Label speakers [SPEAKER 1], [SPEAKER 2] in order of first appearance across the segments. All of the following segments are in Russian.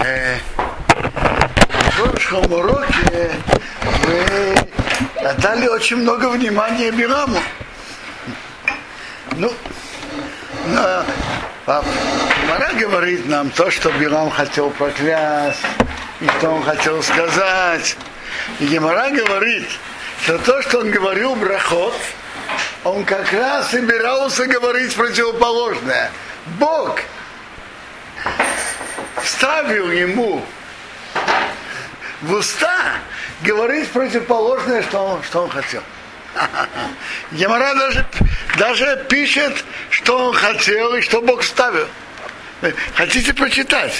[SPEAKER 1] В прошлом уроке мы отдали очень много внимания Биламу. Гемара говорит нам то, что Билам хотел проклясть, и что он хотел сказать. И Гемара говорит, что то, что он говорил брахот, он как раз собирался говорить противоположное. Бог вставил ему в уста говорить противоположное, что он хотел. Гемара даже пишет, что он хотел и что Бог вставил. Хотите прочитать?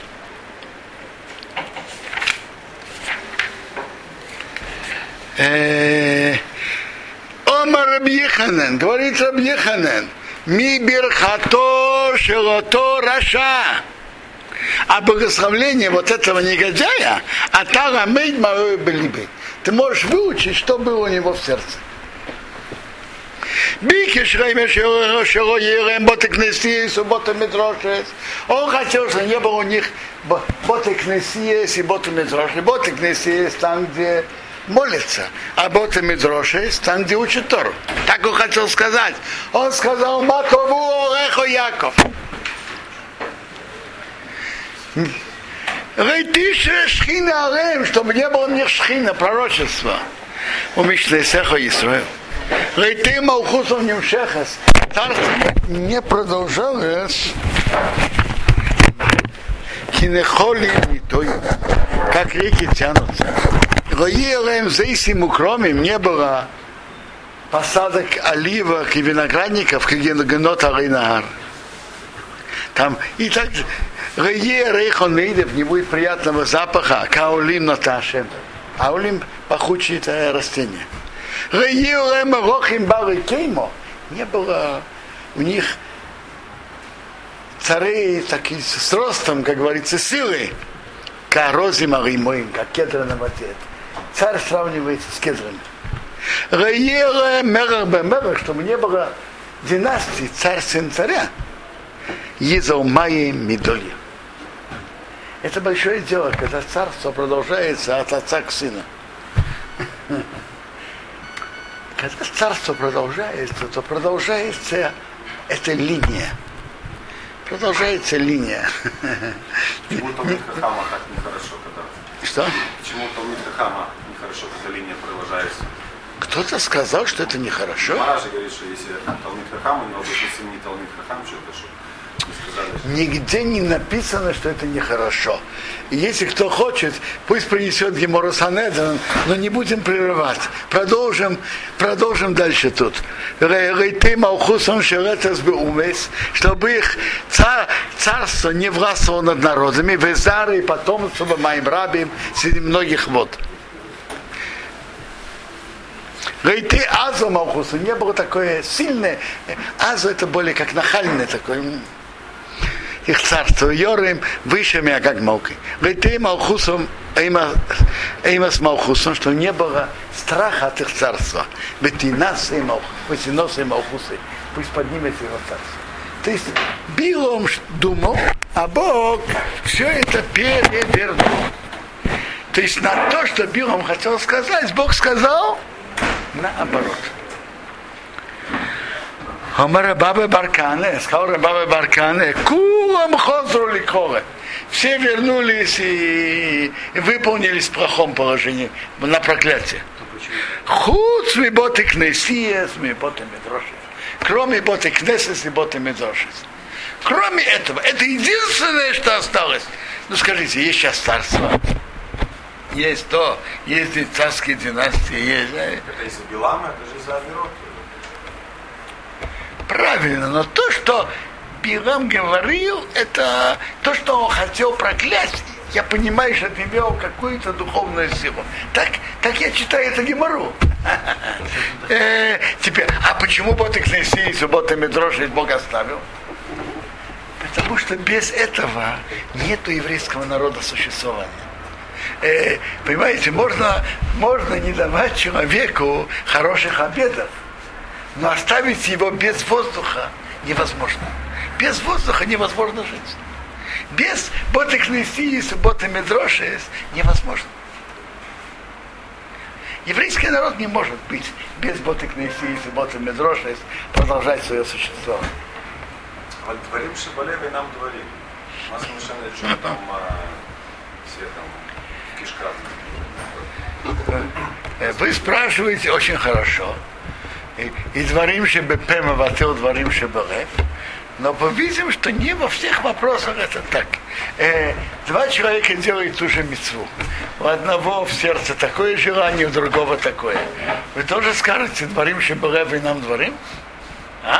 [SPEAKER 1] Омар Рабби Йоханан, говорит Рабби Йоханан, ми бирхато шелото раша. А благословление вот этого негодяя, ты можешь выучить, что было у него в сердце. Он хотел, чтобы не было у них ботекнесиес и ботемидрошес. Ботекнесиес там, где молится, а ботемидрошес там, где учат Тору. Так он хотел сказать. Он сказал, Макову Орехо Яков. Чтобы не было у них шхина, пророчества. У Мишлесеха Исраил. Рейты Малхусов Немшехас. Царство не продолжалось. Кинехоли не той, как реки тянутся. Роилем зейсим укромим не было посадок оливок и виноградников, как генот Аринагар. Там и так не будет приятного запаха, каолим наташем. Аолим пахучее это растение. Не было у них царей такие с ростом, как говорится, силы, корозим аримоим, как кедр на воде. Царь сравнивается с кедрами. Чтобы не было династии, царь сын царя. Езаумаем Мидолья. Это большое дело, когда царство продолжается от отца к сыну. Когда царство продолжается, то продолжается эта линия. Продолжается линия.
[SPEAKER 2] Почему Талмид Хахама так нехорошо, когда...
[SPEAKER 1] Что?
[SPEAKER 2] Почему Талмид Хахама нехорошо, когда линия продолжается?
[SPEAKER 1] Кто-то сказал, что это нехорошо.
[SPEAKER 2] Маража говорит, что если Талмид Хахама, но если не Талмид Хахам, что-то что...
[SPEAKER 1] Нигде не написано, что это нехорошо. И если кто хочет, пусть принесет Гемору Санедрин, но не будем прерывать. Продолжим дальше тут. Чтобы их царство не властвовало над народами, везары и потомство моим рабим среди многих вод. Рейты Азу Малхусу не было такое сильное. Азу это более как нахальное такое. Их царство Йорим выше меня как Малкой. Рейты Малхусом, Эймас Малхусом, что не было страха от их царства. Ветинасы и Малхусы, пусть поднимется его царство. То есть Билом думал, а Бог все это перевернул. То есть на то, что Билом хотел сказать, Бог сказал наоборот. Омар Бабе Баркане, сказал Бабе Баркане, кулам хозру ликоле. Все вернулись и выполнили с плохом положении на проклятие. Худ с боты кнесиес, боты медрошес. Кроме боты кнесес и боты медрошес. Кроме этого, это единственное, что осталось. Ну скажите, есть сейчас царство. Есть то, есть царские династии, есть.
[SPEAKER 2] Это из-за Билама, это же из-за Авирот.
[SPEAKER 1] Правильно, но то, что Билам говорил, это то, что он хотел проклясть, я понимаю, что это имело какую-то духовную силу. Так я читаю это Гемару. Теперь, а почему боты кнеси и субботы Медроши Бог оставил? Потому что без этого нету еврейского народа существования. Понимаете, можно не давать человеку хороших обедов, но оставить его без воздуха невозможно. Без воздуха невозможно жить. Без ботек неси и субботы медрошес невозможно. Еврейский народ не может быть без ботек неси и субботы медрошес продолжать свое существование.
[SPEAKER 2] Вот дворим шибалев и нам дворим. У нас совершенно что там все там в кишках.
[SPEAKER 1] Вы спрашиваете очень хорошо. И дворим шебепем, авател дворим шебелев. Но мы видим, что не во всех вопросах это так. Два человека делают ту же мицву. У одного в сердце такое желание, у другого такое. Вы тоже скажете, дворим шебелев и нам дворим? А?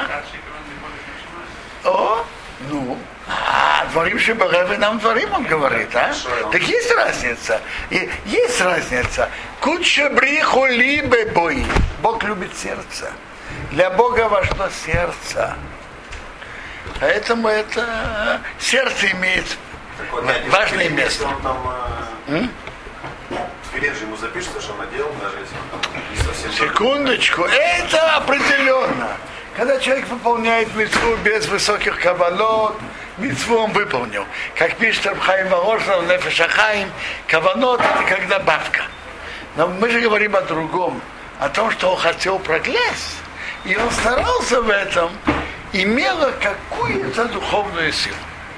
[SPEAKER 1] О, ну. Дворим шебелев и нам дворим, он говорит, а? Так есть разница. И есть разница. Куча бриху либо бои. Бог любит сердце. Для Бога важно сердце. Поэтому это сердце имеет важное место.
[SPEAKER 2] Он там Тфилин же ему запишется, что он надел, даже если он там не совсем...
[SPEAKER 1] Секундочку, это определенно. Когда человек выполняет мицву без высоких каванот, мицву он выполнил. Как пишет Рабхаим Воложный, Нефеш Хаим, каванот это как добавка. Но мы же говорим о другом, о том, что он хотел проклясть. И он старался в этом, имела какую-то духовную силу.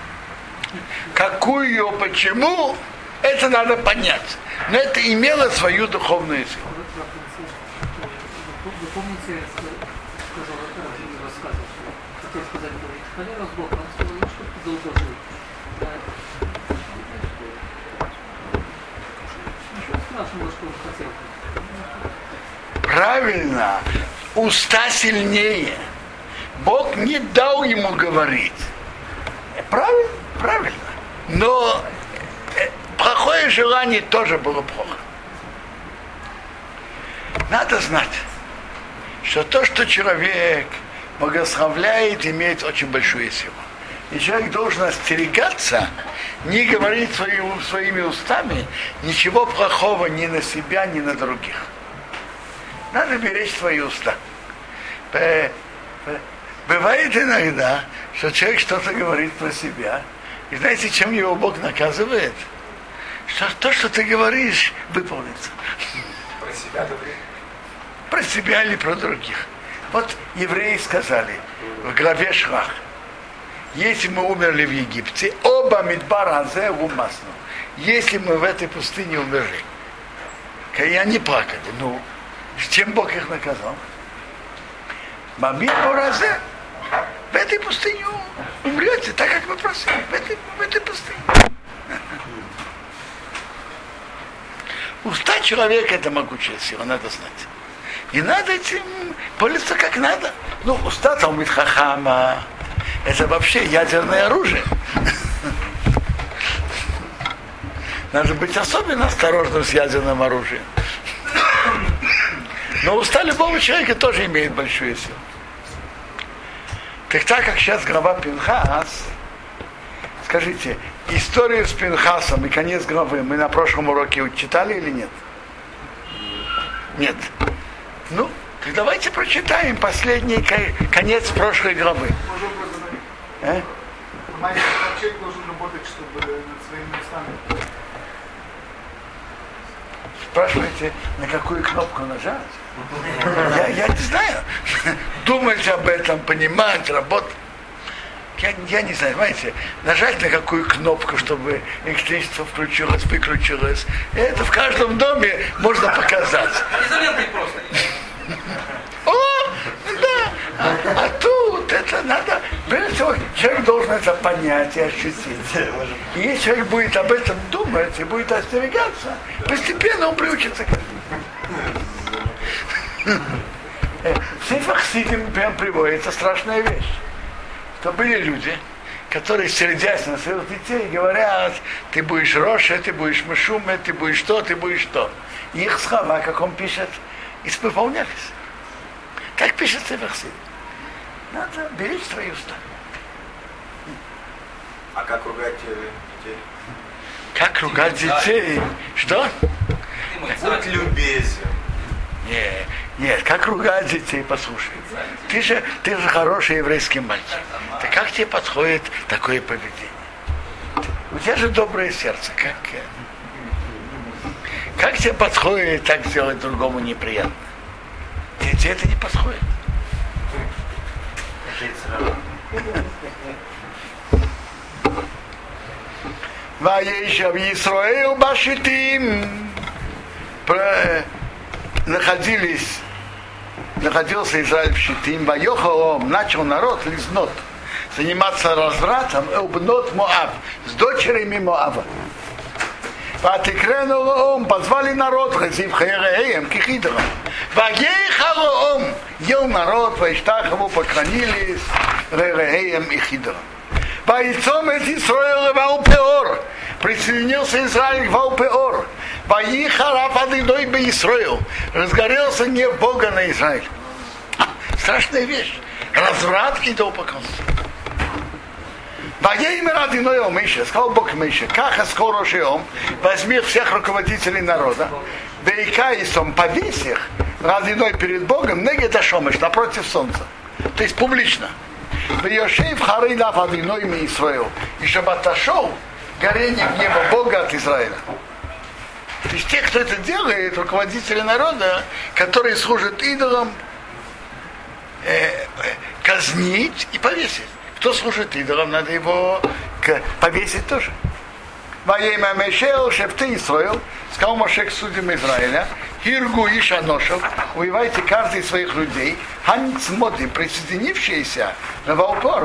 [SPEAKER 1] Какую, почему, это надо понять. Но это имело свою духовную силу.
[SPEAKER 3] Вы помните, сказал рассказывал, что хотел сказать, говорит, когда раз Бог, он сказал, ну что ты долго жил. Ничего страшного, что он хотел.
[SPEAKER 1] Правильно, уста сильнее. Бог не дал ему говорить. Правильно? Правильно. Но плохое желание тоже было плохо. Надо знать, что то, что человек благословляет, имеет очень большую силу. И человек должен остерегаться, не говорить своими устами ничего плохого ни на себя, ни на других. Надо беречь свои уста. Бывает иногда, что человек что-то говорит про себя, и знаете, чем его Бог наказывает? Что то, что ты говоришь, выполнится.
[SPEAKER 2] Про себя говорит?
[SPEAKER 1] Про себя или про других. Вот евреи сказали в главе Шрах, если мы умерли в Египте, оба мидбара азе умасну. Если мы в этой пустыне умерли, и они плакали, ну, с чем Бог их наказал? Мамидбар азе. В этой пустыне умрете, так как вы просили, в этой пустыне. Уста человека это могучая сила, надо знать. И надо этим пользоваться как надо. Ну, уста Талмид Хахама, это вообще ядерное оружие. Надо быть особенно осторожным с ядерным оружием. Но уста любого человека тоже имеют большую силу. Так как сейчас глава Пинхас, скажите, историю с Пинхасом и конец главы мы на прошлом уроке читали или нет? Нет. Ну, так давайте прочитаем последний конец прошлой главы.
[SPEAKER 4] Человек должен работать, чтобы над своими устами.
[SPEAKER 1] Спрашиваете, на какую кнопку нажать? Я не знаю. Думать об этом, понимать, работать. Я не знаю, понимаете, нажать на какую кнопку, чтобы электричество включилось, выключилось. Это в каждом доме можно показать.
[SPEAKER 5] Изолентой просто.
[SPEAKER 1] О, да. А тут это надо. Прежде всего, человек должен это понять и ощутить. И если человек будет об этом думать и будет остерегаться, постепенно он приучится к этому. В Сефер Хасидим прям приводится страшная вещь. Что были люди, которые, сердясь на своих детей, говорят, ты будешь Роша, ты будешь Мешуме, ты будешь то, ты будешь то. И их слова, как он пишет, исполнялись. Как пишет Сефер Хасидим. Надо беречь свои уста.
[SPEAKER 2] А как ругать детей?
[SPEAKER 1] Как ругать детей? Что?
[SPEAKER 2] Будь любезен.
[SPEAKER 1] Нет, как ругать детей, послушай. Ты же хороший еврейский мальчик. Так как тебе подходит такое поведение? У тебя же доброе сердце, как тебе подходит так сделать другому неприятно? Тебе это не подходит. Ваешав Исраэль башитим. Находился Израиль в Шитим, Вайохалом, начал народ лизнот, заниматься развратом, убнот Моав, с дочерями Моава. Ватикрену позвали народ, Хазив Хаереем, Кихидром. Ваейхалом ел народ, Вайштахову поклонились, Ререем и Хидром. Вайцом эти Исраэль Ваупеор, присоединился Израиль к Ваупеор. Ваихараф адыной бы Исраил, разгорелся гнев Бога на Израиль. Страшная вещь. Разврат и идолопоклонство. Ваеймер адыной о Мише, сказал Бог Мише, каха скоро шеом, возьми всех руководителей народа, вейкаисом повесь их, адыной перед Богом, негедашомыш, напротив солнца. То есть публично. Вейошев харилав адыной ми Исраил, и чтобы отошел горение гнева Бога от Израиля. То есть те, кто это делает, руководители народа, которые служат идолам, казнить и повесить. Кто служит идолам, надо его повесить тоже. Во имя Мешел, Шефты Исраил, сказал Моше к судьям Израиля, Хиргу и Шаношев, воевайте каждый из своих людей, Ханицмоти, присоединившиеся на Ваупор.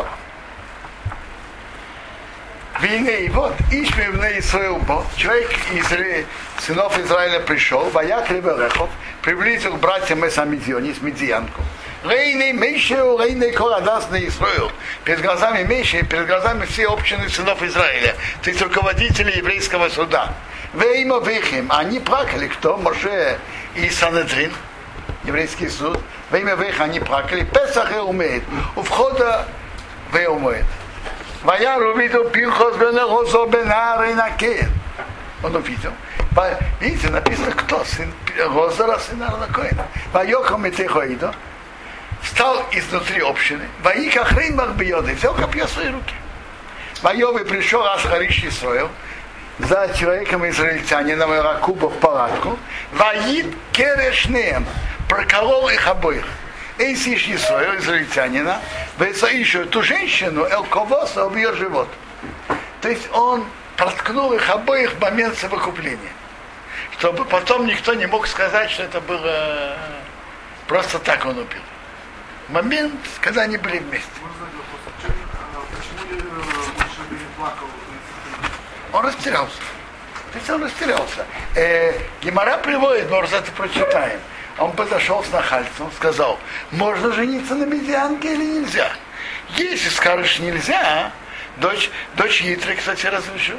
[SPEAKER 1] Вине, и вот, Ишмивне Исраил Бо, человек из сынов Израиля пришел, Ваяк Реберехов, приблизил к братьям Эсамидиони, с Медианку. Рейны Мейшеу, Рейны Корадас на Исраил. Перед глазами Мейши, перед глазами всей общины сынов Израиля, то есть руководители еврейского суда. Веймо Вейхим, они плакали, кто? Моше и Санедрин, еврейский суд. Веймо Вейхим, они плакали. Песах и умеет, у входа Вейумеет. Ваяр увидел Пинхос бен Элозо бен Аарон Акея. Он увидел. Видите, написано, кто? Сын Розора, сын Аарона Коэна. Вайохам и Техоидо. Встал изнутри общины. Ваиках Рейнбах бьёды. Взял копье в свои руки. Вайовый пришел Ашхариш Исраил за человеком израильтянином Иракуба в палатку. Ваид Керешнеем. Проколол их обоих. Эйсиш Исраил, израильтянина, еще эту женщину, Элковоса, об ее живот. То есть он проткнул их обоих в момент совокупления. Чтобы потом никто не мог сказать, что это было просто так он убил. Момент, когда они были вместе.
[SPEAKER 4] Почему Моше не плакал?
[SPEAKER 1] Он растерялся. То есть он растерялся. Гемара приводит, мы уже это прочитаем. Он подошел с нахальством, сказал, можно жениться на медианке или нельзя? Если скажешь нельзя, дочь Yitrы, кстати, разрешу.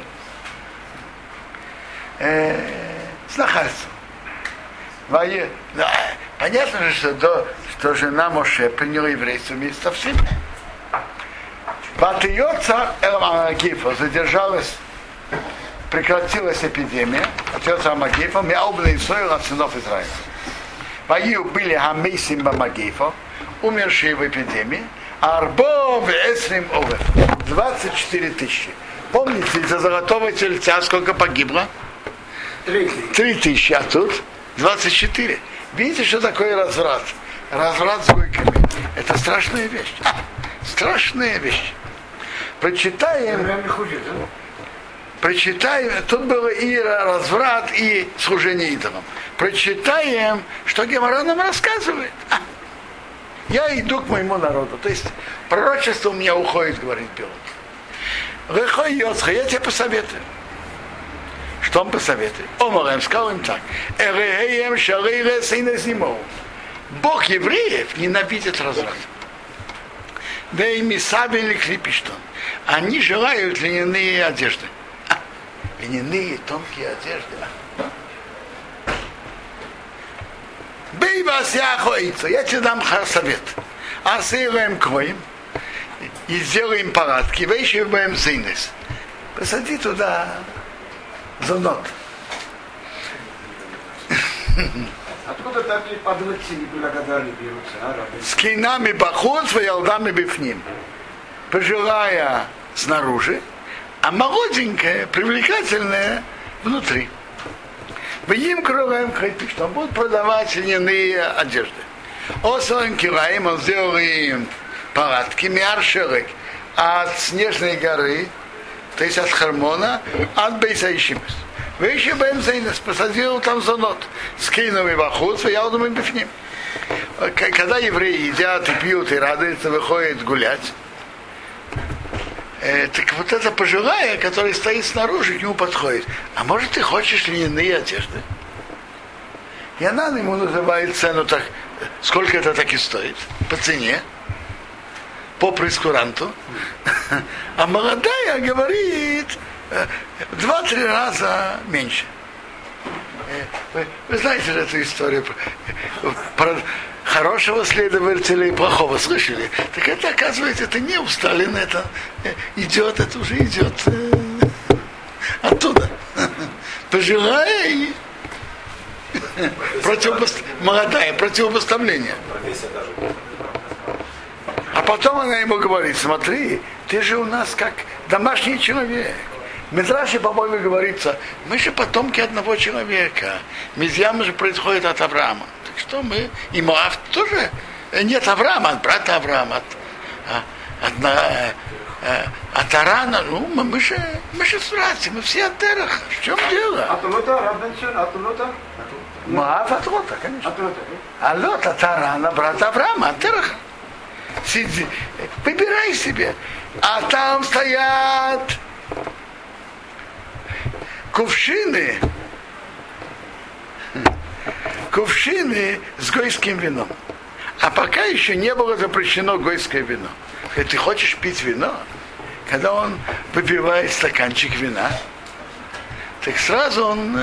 [SPEAKER 1] С нахальством. Понятно же, что жена Моше приняла еврейство вместе со всеми. Батыёца Эл-Магифа задержалась, прекратилась эпидемия, Батыёца Эл-Магифа, мяубный Исраил от сынов Израиля. Вою были Хамейсим Бамагифа, умершие в эпидемии, Арбо в Эсрим Овев, 24 тысячи. Помните, из-за золотого тельца сколько погибло? 3 тысячи, а тут 24. Видите, что такое разврат? Разврат с гойками. Это страшная вещь. Страшная вещь. Прочитаем, тут было и разврат, и служение идолам. Прочитаем, что Гемара нам рассказывает. Я иду к моему народу. То есть пророчество у меня уходит, говорит Пилот. Рехой Йоцха, я тебе посоветую. Что он посоветует? Омарем сказал им так. Эрехеем шарейре сейна зимов. Бог евреев ненавидит разврат. Да и мисабели клипиштон. Они желают льняные одежды. Льняные тонкие одежды. Бей вас я охоится. Я тебе дам совет. Асыруем кроем и сделаем палатки. Вещиваем зинес. Посади туда зонот.
[SPEAKER 5] Откуда такие подлецы неблагодарные берутся, а?
[SPEAKER 1] С кинами бахут, с ялдами бифним. Пожилая снаружи, а молоденькая, привлекательная внутри. Вы им кругаем хайпик, что он будет продавать льняные одежды. Осоем кираем, он сделал им палатки, миаршерек, от Снежной горы, то есть от Хармона, от Бейсаишимес. Вы еще Беймзейнес посадил там зонот, скинул его охуц, я думаю, бифним. Когда евреи едят и пьют и радуются, выходят гулять, так вот эта пожилая, которая стоит снаружи, к нему подходит. А может, ты хочешь льняные одежды? И она ему называет цену так, сколько это так и стоит, по цене, по прескуранту. А молодая говорит 2-3 раза меньше. Вы знаете же эту историю про хорошего следователя и плохого, слышали? Так это, оказывается, это не у Сталина, это идет, это уже идет оттуда. Пожилая и молодая, противопоставление. А потом она ему говорит, смотри, ты же у нас как домашний человек. В Мидраше, по-моему, говорится, мы же потомки одного человека. Мизьям же происходит от Авраама. Так что мы, и Моав тоже, нет Авраама, от брата Авраама, от Арана, ну, мы же братья, мы все от Тераха. В чем дело? Моав от Лота, конечно. А Лот от Арана, брат Авраама, от Тераха. Сиди, выбирай себе. А там стоят кувшины с гойским вином. А пока еще не было запрещено гойское вино. Если ты хочешь пить вино, когда он выпивает стаканчик вина, так сразу он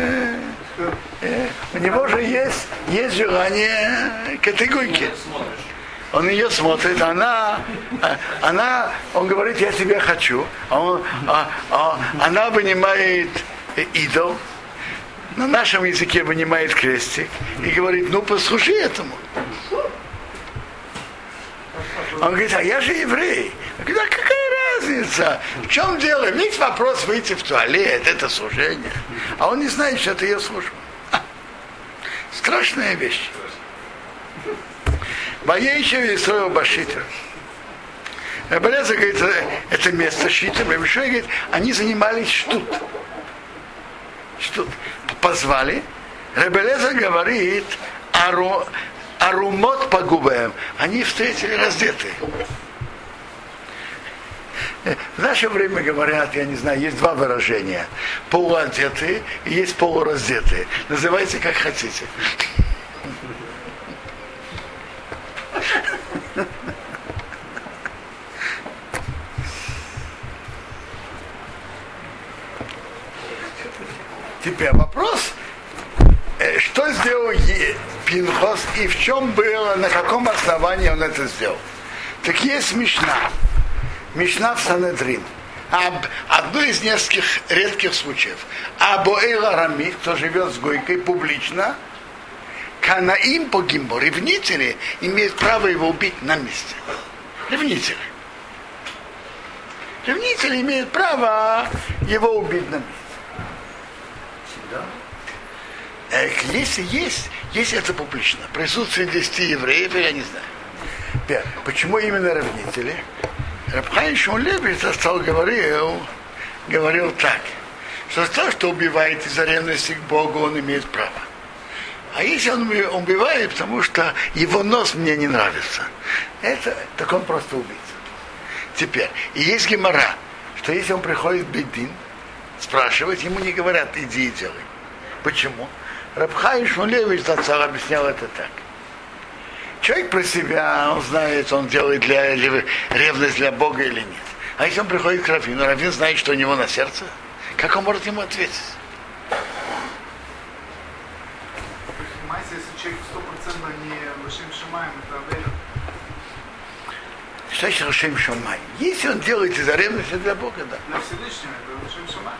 [SPEAKER 1] у него же есть желание к этой гойке. Он ее смотрит, он говорит, я тебя хочу. Она вынимает идол, на нашем языке вынимает крестик и говорит, ну послушай этому. Он говорит, а я же еврей. Он говорит, а какая разница? В чем дело? Ведь вопрос выйти в туалет, это служение. А он не знает, что это ее служба. Страшная вещь. Боейся Исроил Башитер. Рабелеза говорит, это место Шитер. Рабишой говорит, они занимались штут. Позвали. Рабелеза говорит, арумот погубаем. Они встретили раздетые. В наше время говорят, я не знаю, есть два выражения. Полуодетые и есть полураздетые. Называйте как хотите. Теперь вопрос, что сделал Пинхос и в чем было, на каком основании он это сделал. Так есть Мишна в Санедрин. Одно из нескольких редких случаев. Абоэл Арами, кто живет с гойкой публично, Канаим по гимбо, ревнители имеют право его убить на месте. Ревнители. Ревнители имеют право его убить на месте. Если это публично, присутствие 10 евреев, я не знаю. Почему именно ревнители? Раб Хаим Шмулевич говорил так, что то, что убивает из-за ревности к Богу, он имеет право. А если он убивает, потому что его нос мне не нравится, так он просто убийца. Теперь, и есть гемара, что если он приходит в Бейдин, спрашивать, ему не говорят, иди и делай. Почему? Раб Хаим Шмулевич Зацар объяснял это так. Человек про себя, он знает, он делает ревность для Бога или нет. А если он приходит к раввину, раввин знает, что у него на сердце, как он может ему ответить?
[SPEAKER 4] Если человек 100% не Лошим Шамаем, это Авейра.
[SPEAKER 1] Что значит Лошим Шамаем? Если он делает из-за ревности для Бога, да.
[SPEAKER 4] Для Всевышнего, это Лошим Шамаем.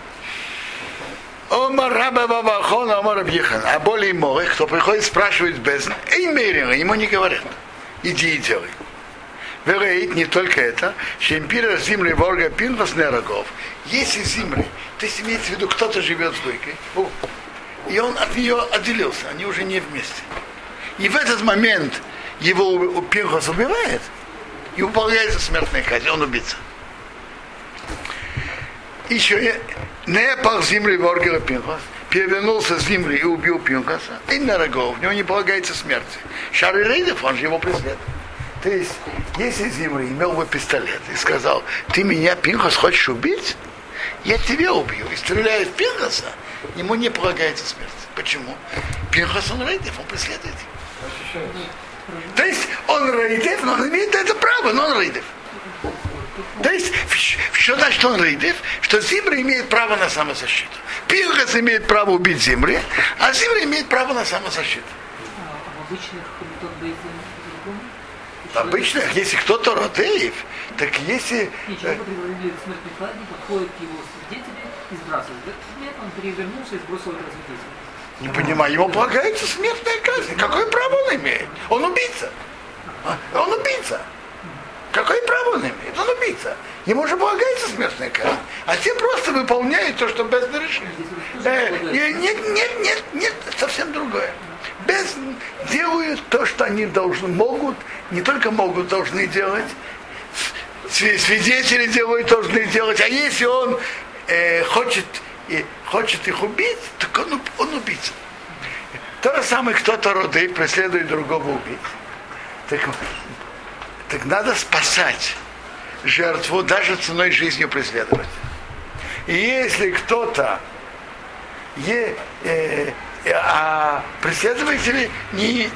[SPEAKER 1] Омар Раба Бабахон, Омар Рабьехан. А более морых, кто приходит спрашивать бездн, эй, мерила, ему не говорят. Иди и делай. Вероит не только это, что империя земли ворга Пинхас не рогов. Если земли, то есть имеется в виду, кто-то живет с дойкой, и он от нее отделился, они уже не вместе. И в этот момент его Пинхас убивает, и выполняется смертная казнь, он убийца. Еще не пал земли ворга Пинхас, перевернулся с земли и убил Пинхаса, и на рогов, в него не полагается смерти. Шары Рейдов, он же его преследует. То есть, если Зимри имел бы пистолет и сказал, ты меня, Пинхас, хочешь убить? Я тебя убью. И стреляет в Пинхаса, ему не полагается смерть. Почему? Пинхас, он Рейдев, он преследует. То есть, он Рейдев, но он имеет это право, но он Рейдев. То есть, что значит он Рейдев? Что Зимри имеет право на самозащиту. Пинхас имеет право убить Зимри, а Зимри имеет право на самозащиту.
[SPEAKER 3] А в обычных
[SPEAKER 1] Обычно, если кто-то родеев, так если...
[SPEAKER 3] Человек приговорили к смертной казни, подходят к его свидетели и сбрасывают. Нет, он перевернулся и сбросил этого свидетеля.
[SPEAKER 1] Не понимаю, ему полагается смертная казнь. Какое право он имеет? Он убийца. Он убийца. Какое право он имеет? Он убийца. Ему же полагается смертная казнь. А те просто выполняют то, что без решения. Нет, совсем другое. Без делают то, что они могут, не только могут, должны делать, свидетели делают, должны делать, а если он хочет их убить, так он убийца. То же самое, кто-то роды преследует другого убить. Так надо спасать жертву даже ценой жизнью преследовать. И если кто-то а преследователи не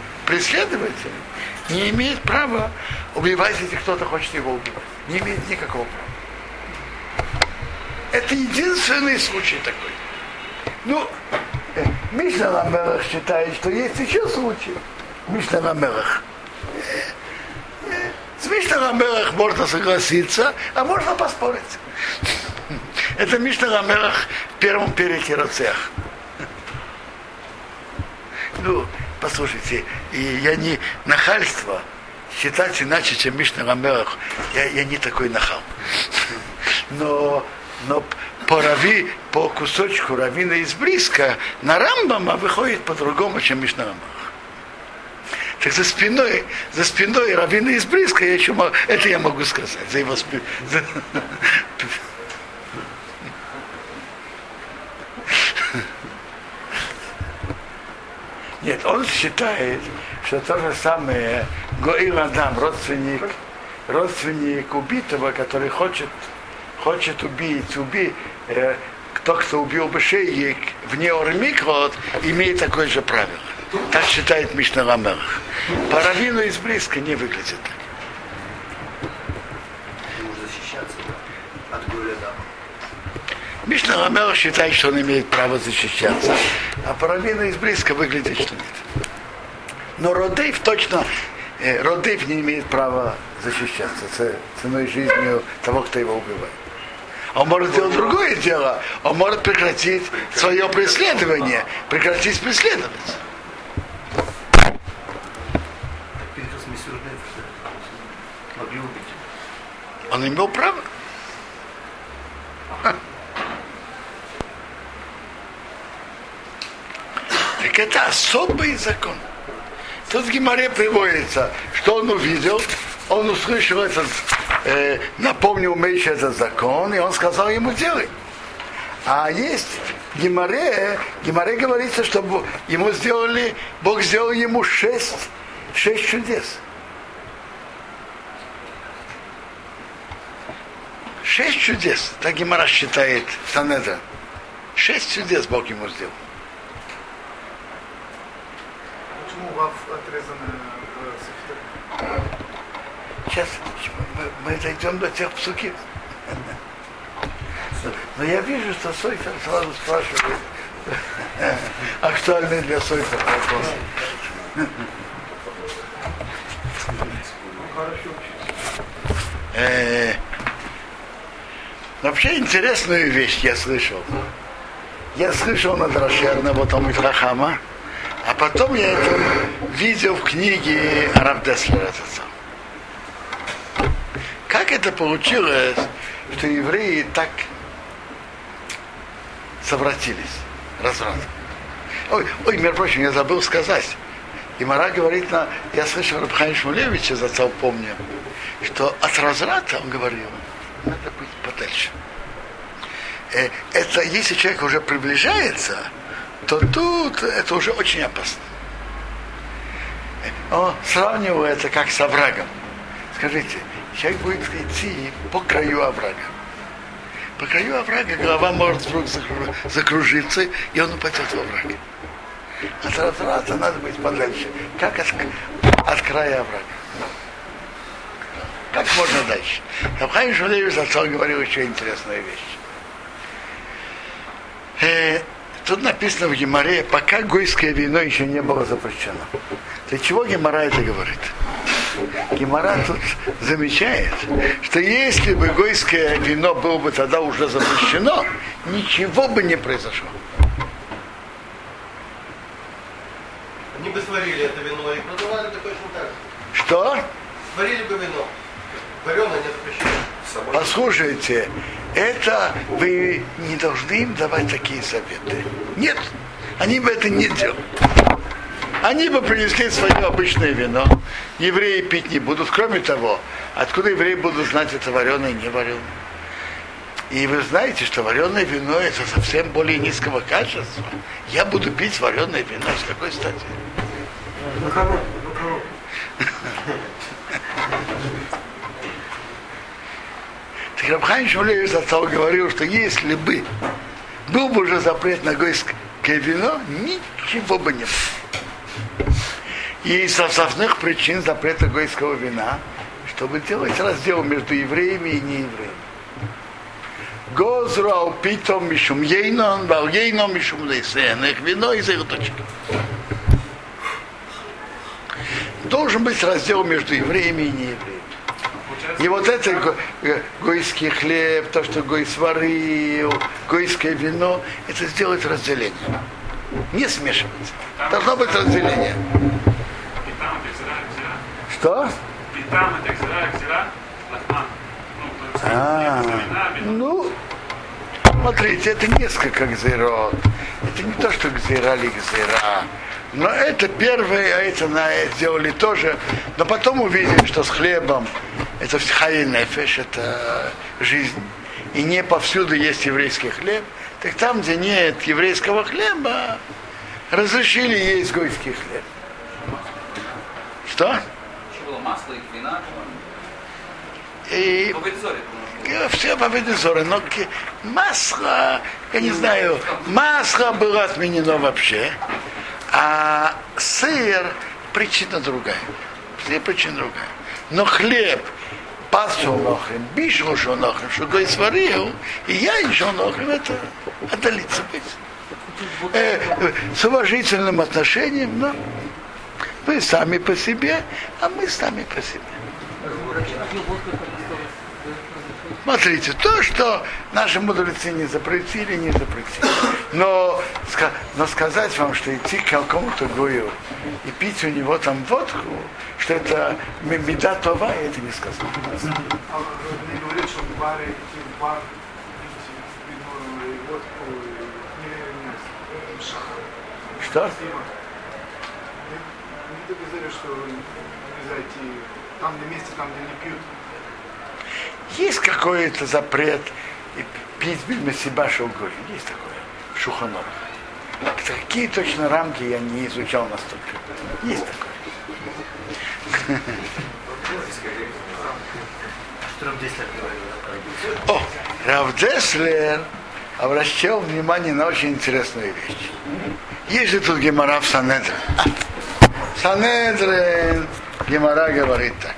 [SPEAKER 1] имеют права убивать, если кто-то хочет его убивать. Не имеет никакого права. Это единственный случай такой. Мишна Ламелах считает, что есть еще случай. Мишна Ламелах. С Мишна Ламелах можно согласиться, а можно поспорить. Это Мишна Ламелах в первом переке Роцеах. Послушайте, и я не нахальство считать иначе, чем Мишна Ламелах, я не такой нахал. Но по кусочку раввина из Бриска на Рамбама выходит по-другому, чем Мишна Ламелах. Так за спиной раввина из Бриска это я могу сказать, за его спиной. Нет, он считает, что то же самое Гоир Адам, родственник убитого, который хочет убить, кто убил бы шеек вне Ормикрот, имеет такое же правило. Так считает Мишна Ламелах. По раввину из Бриска не выглядит так.
[SPEAKER 5] Нужно защищаться от Гоир Адама.
[SPEAKER 1] Мишна Ламелах считает, что он имеет право защищаться, а по раввину из Бриска выглядит, что нет. Но Родейв Родейв не имеет права защищаться ценой жизни того, кто его убивает. Он может сделать другое дело, он может прекратить свое преследование, прекратить преследовать. Он имел право. Так это особый закон. Тут в Гемаре приводится, что он увидел, он услышал этот, напомнил Мейше этот закон, и он сказал ему делай. А есть в Гемаре говорится, что Бог сделал ему 6 чудес. 6 чудес, так Гемара считает в Санедрин. 6 чудес Бог ему сделал.
[SPEAKER 4] Почему Вав отрезаны Сефтер?
[SPEAKER 1] Сейчас мы дойдем до тех псуким. Но я вижу, что Сойфер сразу спрашивает актуальный для Сойфера вопрос. Вообще интересную вещь я слышал. Я слышал на Драшерна, потом из Хахама, а потом я это видел в книге Рав Деслера. это получилось, что евреи так совратились, разврат. Ой, между прочим, я забыл сказать. И Мара говорит, я слышал Раб Хаим Шмулевича, зацал помню, что от разврата, он говорил, надо быть подальше. Это, если человек уже приближается, то тут это уже очень опасно. Он сравнивал это как с оврагом. Скажите, человек будет идти по краю оврага. По краю оврага голова может вдруг закружиться, и он упадет в овраг. От разврата надо быть подальше, как от края оврага. Как можно дальше? Раб Хаим Шмулевич зацал говорил еще интересную вещь. Тут написано в Гемаре, пока гойское вино еще не было запрещено. Для чего Гемара это говорит? Гемара тут замечает, что если бы гойское вино было бы тогда уже запрещено, ничего бы не произошло.
[SPEAKER 5] Они бы сварили это вино и продавали бы точно так же.
[SPEAKER 1] Что?
[SPEAKER 5] Сварили бы вино. Вареное не запрещено.
[SPEAKER 1] Послушайте, это вы не должны им давать такие советы. Нет, они бы это не делали. Они бы принесли свое обычное вино. Евреи пить не будут. Кроме того, откуда евреи будут знать, это вареное и не вареное? И вы знаете, что вареное вино это совсем более низкого качества. Я буду пить вареное вино. С какой стати?
[SPEAKER 4] На кого?
[SPEAKER 1] Так Раб Хаим Шмулевич зацал говорил, что если бы был бы уже запрет на гойское вино, ничего бы не было. И из основных причин запрета гойского вина, чтобы делать раздел между евреями и неевреями. Гозру алпитом мишум ейнон, вал ейном мишум лейсен. Их вино из их точки. Должен быть раздел между евреями и неевреями. И вот это гойский хлеб, то, что гой сварил, гойское вино, это сделать разделение. Не смешивать. Должно быть разделение. Что? Ну, смотрите, это несколько гзейрот. Это не то, что гзейра или гзейра. Но это первое, а это сделали тоже. Но потом увидели, что с хлебом это хай нефеш, это жизнь. И не повсюду есть еврейский хлеб. Так там, где нет еврейского хлеба, разрешили есть гойский хлеб. Что?
[SPEAKER 6] Еще было масло и вина.
[SPEAKER 1] И все по Ведезоре, но масло, я не знаю, масло было отменено вообще, а сыр причина другая. Сыр причина другая. Но хлеб, пасу нохрем, бишу нохрем, что гой сварил, и я еще нохрем, это отдалиться быть. С уважительным отношением, но вы сами по себе, а мы сами по себе. Смотрите, то, что наши мудрецы не запретили, не запретили. Но сказать вам, что идти к какому-то гою и пить у него там водку, что это беда това, это не сказано.
[SPEAKER 4] А не говорит, что в баре пить вино и водку не шахар.
[SPEAKER 1] Что?
[SPEAKER 4] Не доказали, что нельзя идти там, где месте, там, где не пьют.
[SPEAKER 1] Есть какой-то запрет и пить бельмесиба шелгой. Есть такое. В Шуханорах. Какие точно рамки я не изучал настолько. Есть такое. О, Рав Деслер обращал внимание на очень интересную вещь. Есть же тут Гемара в Санедрин. Санедрин Гемара говорит так.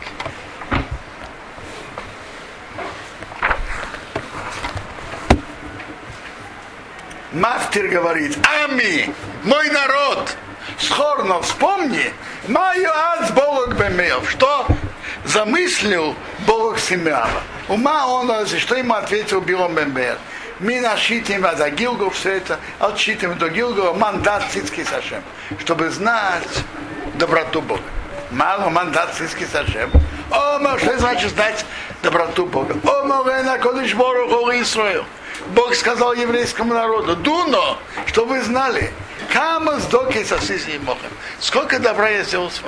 [SPEAKER 1] Мафтир говорит: Ами, мой народ, схорно вспомни, мою аз Бог бемеев, что замыслил Бог Симеава. Ума он, что ему ответил Билом Бембер. Мы нашитим до Гилгу, все это, отчитываем до Гилгу, мандат Цицкий Сашем, чтобы знать доброту Бога. Мало мандат Цицкий Сашем. О, что значит знать доброту Бога. О, Морена, Кодыш Борух, Ори Исраил. Бог сказал еврейскому народу, Дуно, что вы знали, Кама сдоки сосиси и мохем. Сколько добра я сделал с вами.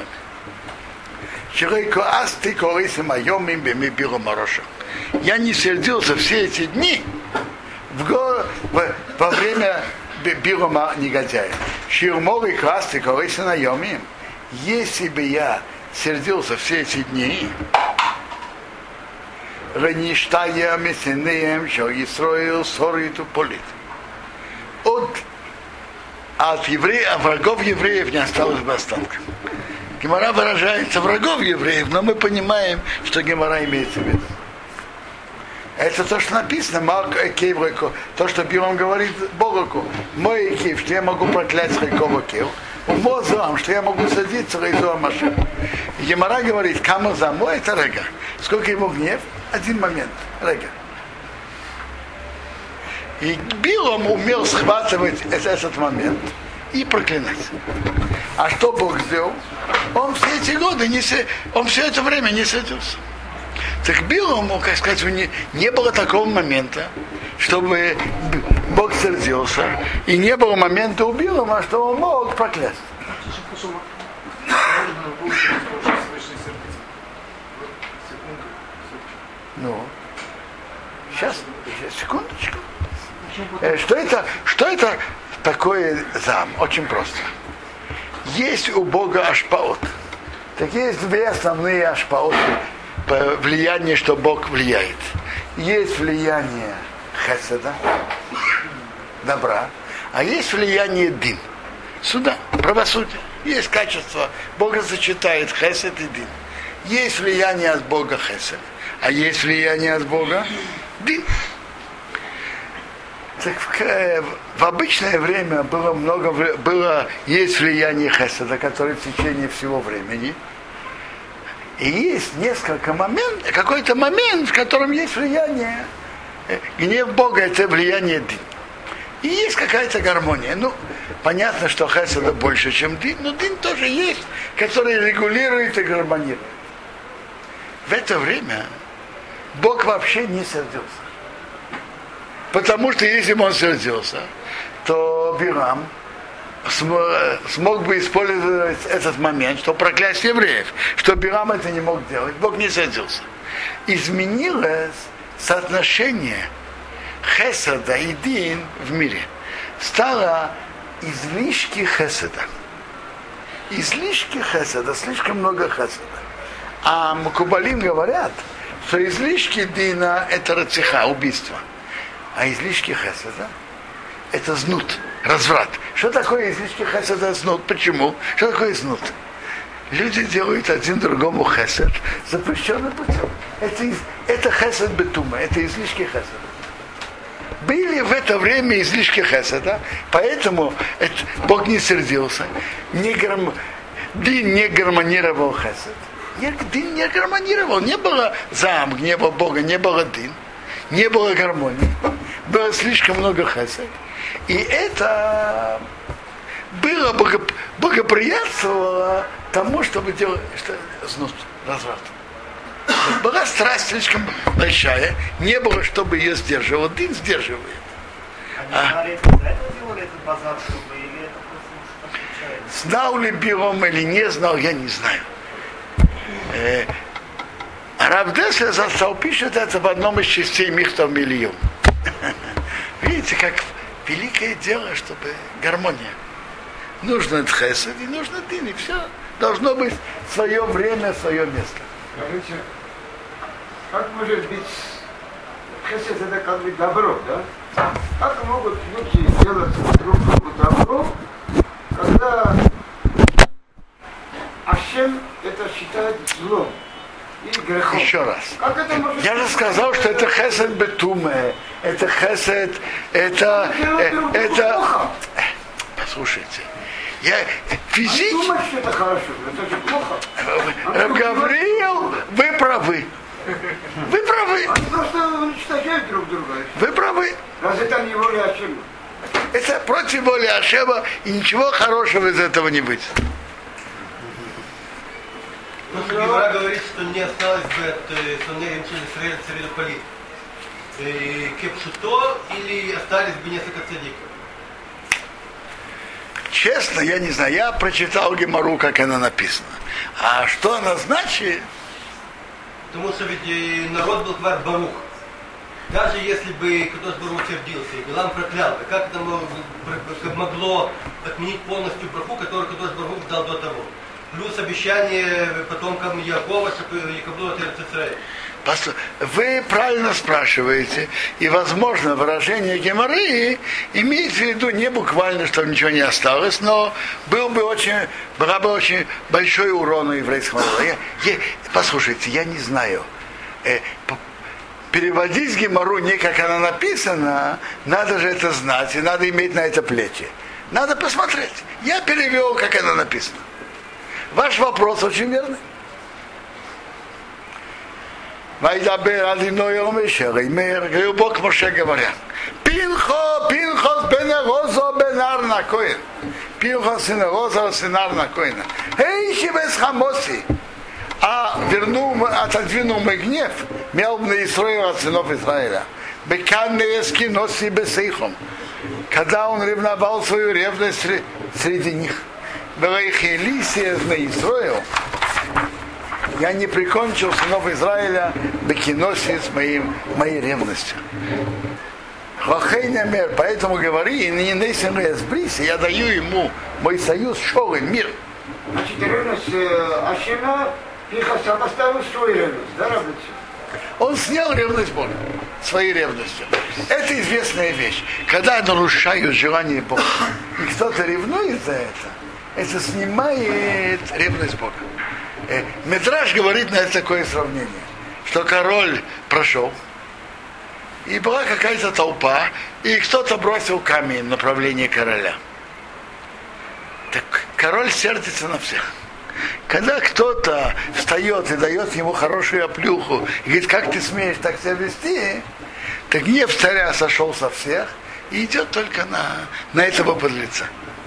[SPEAKER 1] Я не сердился все эти дни во время Бирома негодяя. Ширмори красты корыси наемим. Если бы я сердился все эти дни, Раништая Мессинеем, что Исраил сориту полит. От врагов евреев не осталось бы остатка. Гемара выражается врагов евреев, но мы понимаем, что Гемара имеется в виду. Это то, что написано, то, что Биром говорит Богу, мой Киев, что я могу проклять Рейкова Киев, Умозам, что я могу садиться Рейзуа Машин. Гемара говорит, кама за мой, это Рега. Сколько его гнев? Один момент, Рега. И Биром умел схватывать этот момент и проклинать. А что Бог сделал? Он все эти годы, он все это время не садился. Так Билому, как сказать, не было такого момента, чтобы Бог сердился, и не было момента у Билома, что он мог проклясть. Ну, сейчас, секундочку. Что это такое зам? Очень просто. Есть у Бога ашпаот. Так есть две основные ашпаоты, влияние, что Бог влияет. Есть влияние хеседа, добра, а есть влияние дин, суда, правосудия. Есть качество, Бога зачитает хесед и дин. Есть влияние от Бога хесед, а есть влияние от Бога дин. Так в обычное время есть влияние хеседа, которое в течение всего времени. И есть какой-то момент, в котором есть влияние. Гнев Бога — это влияние дин. И есть какая-то гармония. Ну, понятно, что хеседа больше, чем дин, но дин тоже есть, который регулирует и гармонирует. В это время Бог вообще не сердился. Потому что если бы он сердился, то Бирам смог бы использовать этот момент, чтобы проклясть евреев, что Бирам это не мог делать. Бог не сердился. Изменилось соотношение хеседа и дин в мире. Стало излишки хеседа. Излишки хеседа, слишком много хеседа. А мукубалим говорят, что излишки дина это рациха, убийство. А излишки хеседа это знут, разврат. Что такое излишки хеседа, знут? Почему? Что такое знут? Люди делают один другому хесед запрещенным путем. Это хесед бетума, это излишки хеседа. Были в это время излишки хеседа, поэтому Бог не сердился, Дин не гармонировал хесед. Дин не гармонировал, не было зам, гнева Бога, не было дин, не было гармонии, было слишком много хесед. И это было благоприятствовало тому, чтобы делать разврат. Была страсть слишком большая, не было, чтобы ее сдерживал. Дин сдерживает. Знал ли Биром или не знал, я не знаю. Рав Деслер застал, пишет это в одном из частей Михтов Мильон. Видите, как великое дело, чтобы гармония. Нужно хесед и нужно дин, и все. Должно быть свое время, свое место.
[SPEAKER 4] Скажите, как может быть хесед это как бы добро, да? Как могут люди сделать друг другу добро, когда Ашем это считает злом и грехом?
[SPEAKER 1] Еще раз.
[SPEAKER 4] Как это может
[SPEAKER 1] Я же сказал, что это хесед бетуме, это хесед, это. Послушайте. Я физически.
[SPEAKER 4] Думать, что это хорошо, это же плохо.
[SPEAKER 1] Гавриил, вы правы. Вы правы.
[SPEAKER 4] Они просто уничтожают друг друга.
[SPEAKER 1] Вы правы.
[SPEAKER 4] Разве там не воля Ашема?
[SPEAKER 1] Это против воли Ашема, и ничего хорошего из этого не будет.
[SPEAKER 5] То, что Гемара говорит, что не осталось бы от Сонерим через Израиль Полит. Кепшуто или остались бы несколько цадиков?
[SPEAKER 1] Честно, я не знаю. Я прочитал Гемару, как она написана. А что она значит?
[SPEAKER 5] Потому что ведь народ был квар Барух. Даже если бы Кадош Барух сердился и Билам проклял бы, как это могло отменить полностью браху, которую Кадош Барух дал до того? Плюс обещание потомкам Якова, чтобы Яков от Израиля.
[SPEAKER 1] Вы правильно спрашиваете, и, возможно, выражение Гемары имеет в виду не буквально, что ничего не осталось, но была бы очень большой урон у еврейского народа. Послушайте, я не знаю. Переводить Гемару не как она написана, надо же это знать, и надо иметь на это плечи. Надо посмотреть. Я перевел, как она написана. Ваш вопрос очень верный. Вайдабер Адиной Омешер, и мэр, говорил Бог Моше, говоря, Пинхос бен Розо бен Арна Коэн. Пинхос сын Розо, сын Арна Коэна. Эй, Шибес Хамоси. Отодвинул мой гнев, мял на Исраила от сынов Израиля. Беканные скиноси бесейхом. Когда он ревновал свою ревность среди них. Была их Елисия на Исраил. Я не прикончил сынов Израиля бекиноси с моей ревностью. Поэтому говори, не несем я сбрись, я даю ему мой союз, шолы, мир.
[SPEAKER 4] Значит, ревность Ашема, Пинхас оставил свою ревность, да, работе?
[SPEAKER 1] Он снял ревность Бога, своей ревностью. Это известная вещь. Когда нарушают желание Бога, и кто-то ревнует за это снимает ревность Бога. Мидраш говорит на это такое сравнение, что король прошел, и была какая-то толпа, и кто-то бросил камень в направлении короля. Так король сердится на всех. Когда кто-то встает и дает ему хорошую оплюху, и говорит, как ты смеешь так себя вести, так гнев царя сошел со всех, и идет только на этого подлеца.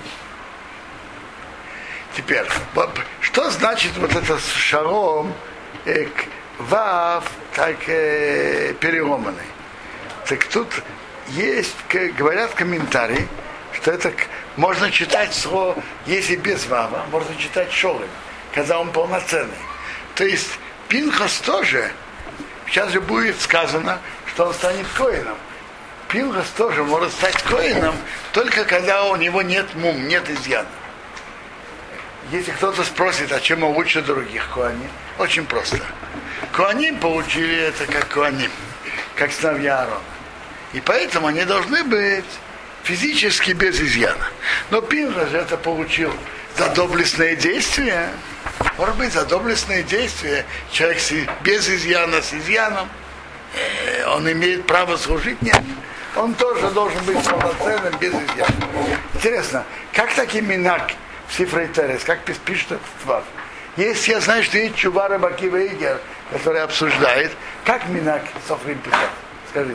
[SPEAKER 1] Теперь, что значит вот это с шаром вав так переломанный? Так тут есть, говорят комментарии, что это можно читать слово, если без вава, можно читать шолем, когда он полноценный. То есть Пинхас тоже, сейчас же будет сказано, что он станет коэном. Пинхас тоже может стать коэном, только когда у него нет нет изъяна. Если кто-то спросит, а чем он лучше других коаним, очень просто. Коаним получили это как коаним, как сыновья Аарона. И поэтому они должны быть физически без изъяна. Но Пинхас это получил за доблестное действие. Может быть, за доблестное действие человек без изъяна, с изъяном, он имеет право служить? Нет. Он тоже должен быть полноценным, без изъяна. Интересно, как такие минак в Сифрей Терес, как пишет этот твар? Если я знаю, что есть Чува Рабаки Вейгер, который обсуждает, как минак Софрим писать? Скажите.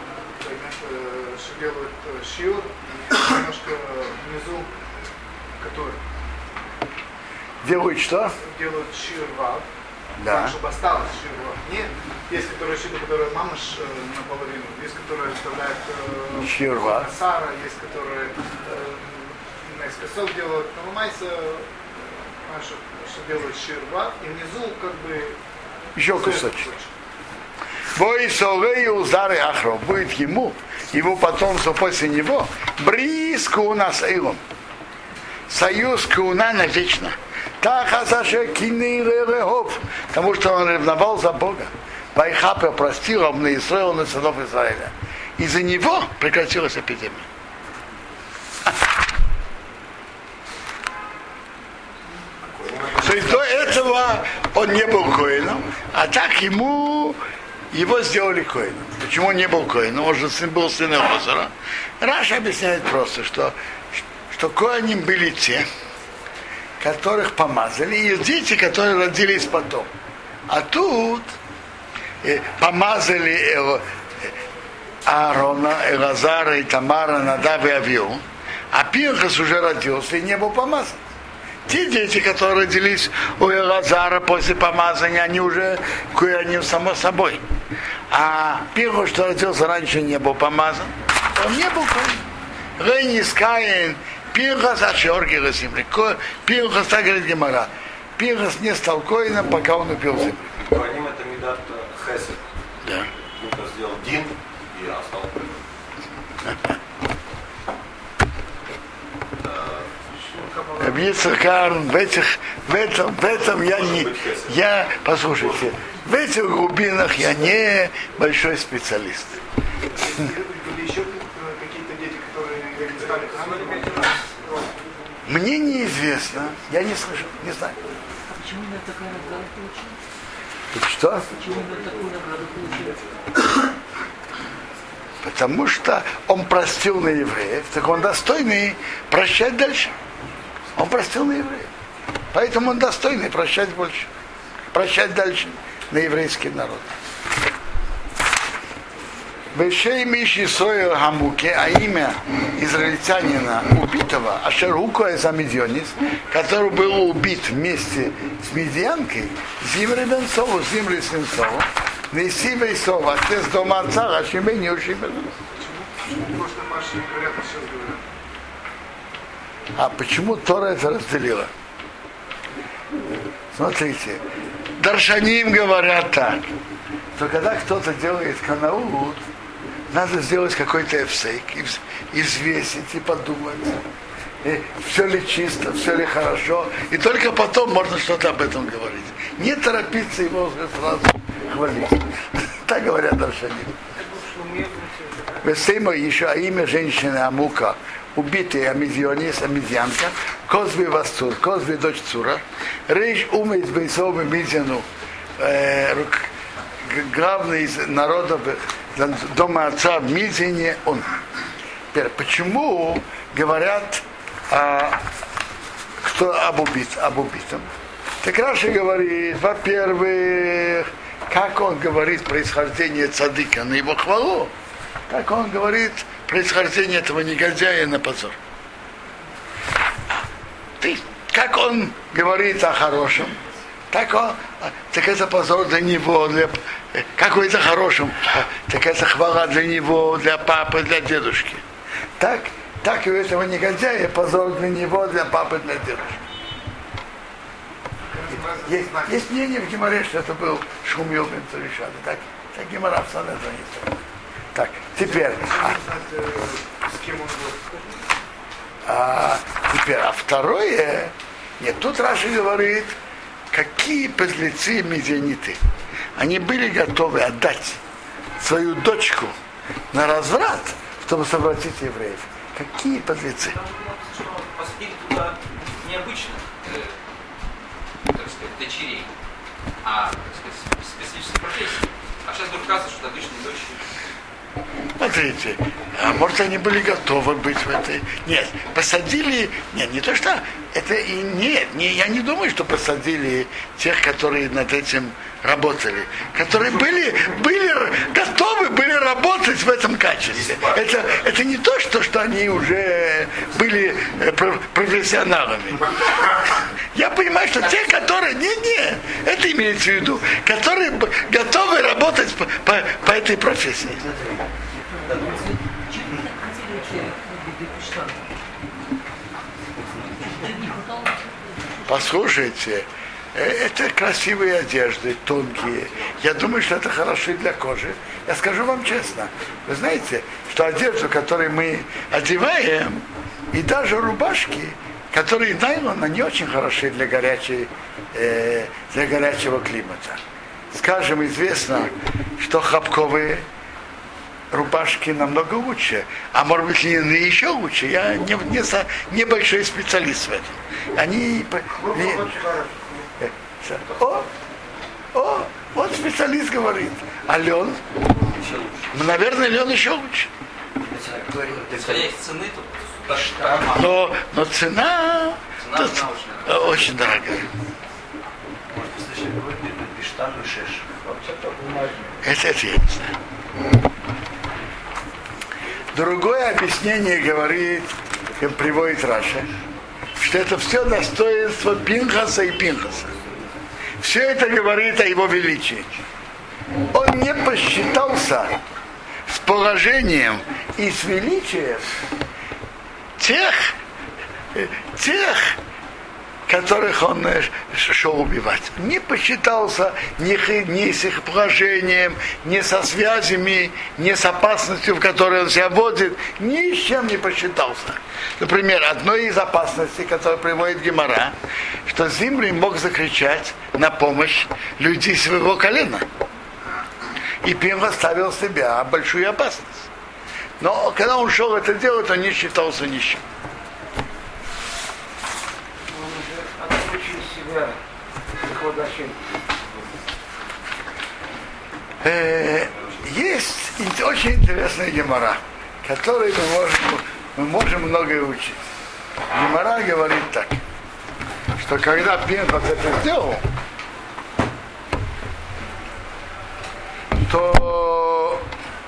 [SPEAKER 7] Что делают шиур, и немножко внизу, который...
[SPEAKER 1] Делают что?
[SPEAKER 7] Делают шиур вав,
[SPEAKER 1] да.
[SPEAKER 7] Так, чтобы осталось шиур вав. Нет, есть которые шиур, которые мамаш наполовину, есть которые оставляют
[SPEAKER 1] шиур вав.
[SPEAKER 7] Сара, есть которые наискосок делают, но майса, что делают шиур вав, и внизу как бы...
[SPEAKER 1] Еще кусочек. Бой Солей Узары Ахров, будет ему, его потомство после него, Бриз Куна с Эйлом. Союз Куна навечно. Тахасаше Кинейре Рехов, потому что он ревновал за Бога. Вайхапа простил на Исраил, на сынов Израиля. Из-за него прекратилась эпидемия. То есть до этого он не был коэном, а так его сделали коэном. Почему он не был коэном? Он же был сыном Хозера. Раша объясняет просто, что коэним были те, которых помазали, и есть дети, которые родились потом. А тут помазали Аарона, Элазара и Тамара, Надав и Авиу, а Пинхас уже родился и не был помазан. Те дети, которые родились у Элазара после помазания, они уже коэним само собой. А Пинхас, что родился раньше, не был помазан, он не был коэн. Рейнис Каин, Пинхас Ашер Герасимри. Пинхас, так говорит Гемара. Пинхас не стал коэном, пока он убил землю.
[SPEAKER 2] Коэним это Мидат Хесед.
[SPEAKER 1] Да.
[SPEAKER 2] Пинхас сделал Дин и стал коэном.
[SPEAKER 1] Ицхакар, в этом послушайте, в этих глубинах я не большой специалист.
[SPEAKER 7] Были еще какие-то дети, которые не стали коэним?
[SPEAKER 1] Мне неизвестно, я не слышал, не знаю.
[SPEAKER 3] А почему именно такая награда получилась?
[SPEAKER 1] Что?
[SPEAKER 3] Почему именно такую награду получилась?
[SPEAKER 1] Потому что он простил на евреев, так он достойный прощать дальше. Он простил на евреев. Поэтому он достойный прощать больше. Прощать дальше на еврейский народ. Вешей Миши Сойер Хамуке, а имя израильтянина убитого, Ашерхука из Амидионис, который был убит вместе с медианкой, Зимри Бенцову, Зимри Сенцову, Неси Вейсова, отец дома отца, Рашиме не ушибел.
[SPEAKER 7] Просто Маши говорят, сейчас говорят.
[SPEAKER 1] А почему Тора это разделила? Смотрите, Даршаним говорят так, что когда кто-то делает канаут, надо сделать какой-то эфсейк, и взвесить, и подумать, и все ли чисто, все ли хорошо, и только потом можно что-то об этом говорить. Не торопиться его сразу хвалить. Так говорят Даршаним. Весеймо еще, а имя женщины Амука, убитый Амидионис, Амидьянка, Козби Васцур, Козби дочь Цура, Рейш Умейс Бейсовы Мидьяну, главный из народов дома отца в Мидьяне, он. Теперь, почему говорят кто об убитом? Так Раши говорит, во-первых, как он говорит происхождение цадыка на его хвалу, как он говорит происхождение этого негодяя на позор. Как он говорит о хорошем, так это позор для него, как это хорошем, так это хвала для него, для папы, для дедушки. Так и у этого негодяя позор для него, для папы, для дедушки. Есть мнение в Гемаре, что это был Шумил бен Цуришада. Так Гемара в Санедрин есть. Так, теперь.
[SPEAKER 7] С кем он был?
[SPEAKER 1] Теперь, второе, нет, тут Раши говорит, какие подлецы медианиты. Они были готовы отдать свою дочку на разврат, чтобы совратить евреев. Какие подлецы?
[SPEAKER 6] Посадили туда необычных, так сказать, дочерей, а, так сказать, специфической профессии. А сейчас вдруг кажется, что обычные дочери.
[SPEAKER 1] Смотрите, а может они были готовы быть в этой... Нет, посадили... Нет, не то что... Это и нет, я не думаю, что посадили тех, которые над этим работали, которые были готовы были работать в этом качестве. Это не то, что они уже были профессионалами. Я понимаю, что те, которые... Не, это имеется в виду, которые готовы работать по этой профессии. Послушайте, это красивые одежды, тонкие. Я думаю, что это хорошо для кожи. Я скажу вам честно. Вы знаете, что одежду, которую мы одеваем, и даже рубашки, которые найлон, они очень хороши для горячего климата. Скажем, известно, что хлопковые рубашки намного лучше, а может быть льняные еще лучше. Я не большой специалист в этом. Они... Вот специалист говорит. А лен? Наверное, лен еще лучше.
[SPEAKER 6] Исходя из цены, тут
[SPEAKER 1] но цена тут очень дорогая. Это я не знаю. Другое объяснение говорит, приводит Раша, что это все достоинство Пинхаса и Пинхаса. Все это говорит о его величии. Он не посчитался с положением и с величием тех, которых он шел убивать. Не посчитался ни с их положением, ни со связями, ни с опасностью, в которой он себя вводит, ни с чем не посчитался. Например, одной из опасностей, которую приводит Гемара, что Зимри мог закричать на помощь людей своего колена. И Пинхас ставил себя большую опасность. Но когда он шел это делать, он не считался ничем. Есть очень интересная гемара, которой мы можем многое учить. Гемара говорит так, что когда Пинхас это сделал, то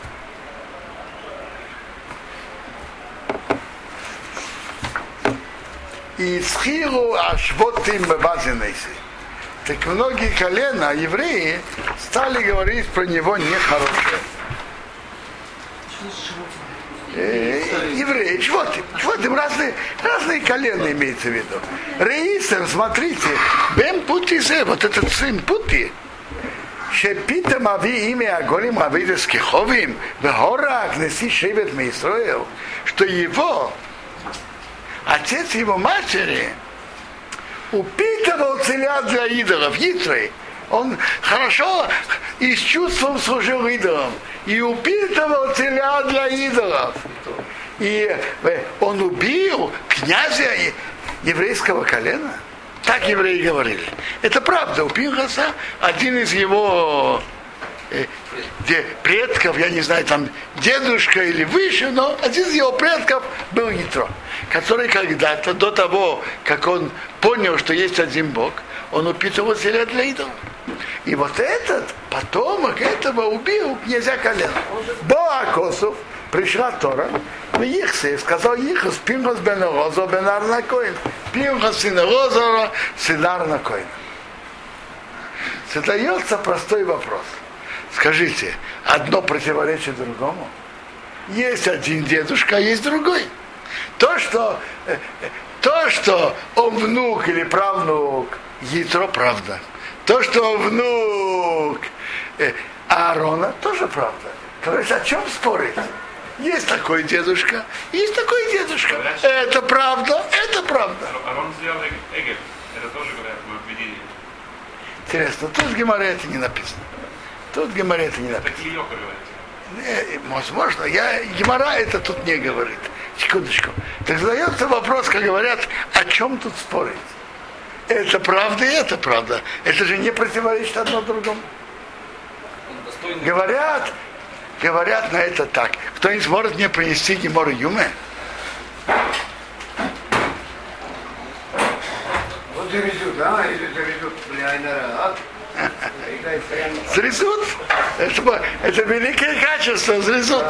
[SPEAKER 1] и схилу ашвотим базинейси. Так многие колена, евреи, стали говорить про него нехорошее. Евреи, швотим, разные колена имеется в виду. Реисер, смотрите, бем путизе, вот этот сын Пути, шепитам ави имя Аголим Авидес Кеховим, вегора Агнеси Шевет Меисроэл, что его отец его матери упитывал теля для идолов, Yitrei. Он хорошо и с чувством служил идолам. И упитывал теля для идолов. И он убил князя еврейского колена. Так евреи говорили. Это правда. У Пинхаса один из его предков, я не знаю, там дедушка или выше, но один из его предков был Итро, который когда-то, до того, как он понял, что есть один Бог, он упитывал теля для идолов. И вот этот потомок этого убил князя колена. Боакосу пришла Тора, в Ихсе, сказал Ихас, Пинхас бен Розо бен Арнакоин. Пинхас сын Розора, сын Арнакоина. Задается простой вопрос. Скажите, одно противоречит другому? Есть один дедушка, а есть другой. То, что он внук или правнук Ятро, правда. То, что он внук Аарона, тоже правда. Короче, о чем спорить? Есть такой дедушка, есть такой дедушка. Это правда, это правда.
[SPEAKER 2] Аарон сделал Эгель. Это тоже говорят в видении.
[SPEAKER 1] Интересно, тут в Гемаре это не написано. Тут в Гемаре это не написано.
[SPEAKER 2] Такие Йоха говорите.
[SPEAKER 1] Возможно, Гемара это тут не говорит. Секундочку. Так задается вопрос, как говорят, о чем тут спорить? Это правда и это правда. Это же не противоречит одно другому. Говорят на это так. Кто-нибудь может мне принести Гемору Юме?
[SPEAKER 4] Вот зарезут, да? Или зарезут, бля,
[SPEAKER 1] Зрезут? Это великое качество, зрезут.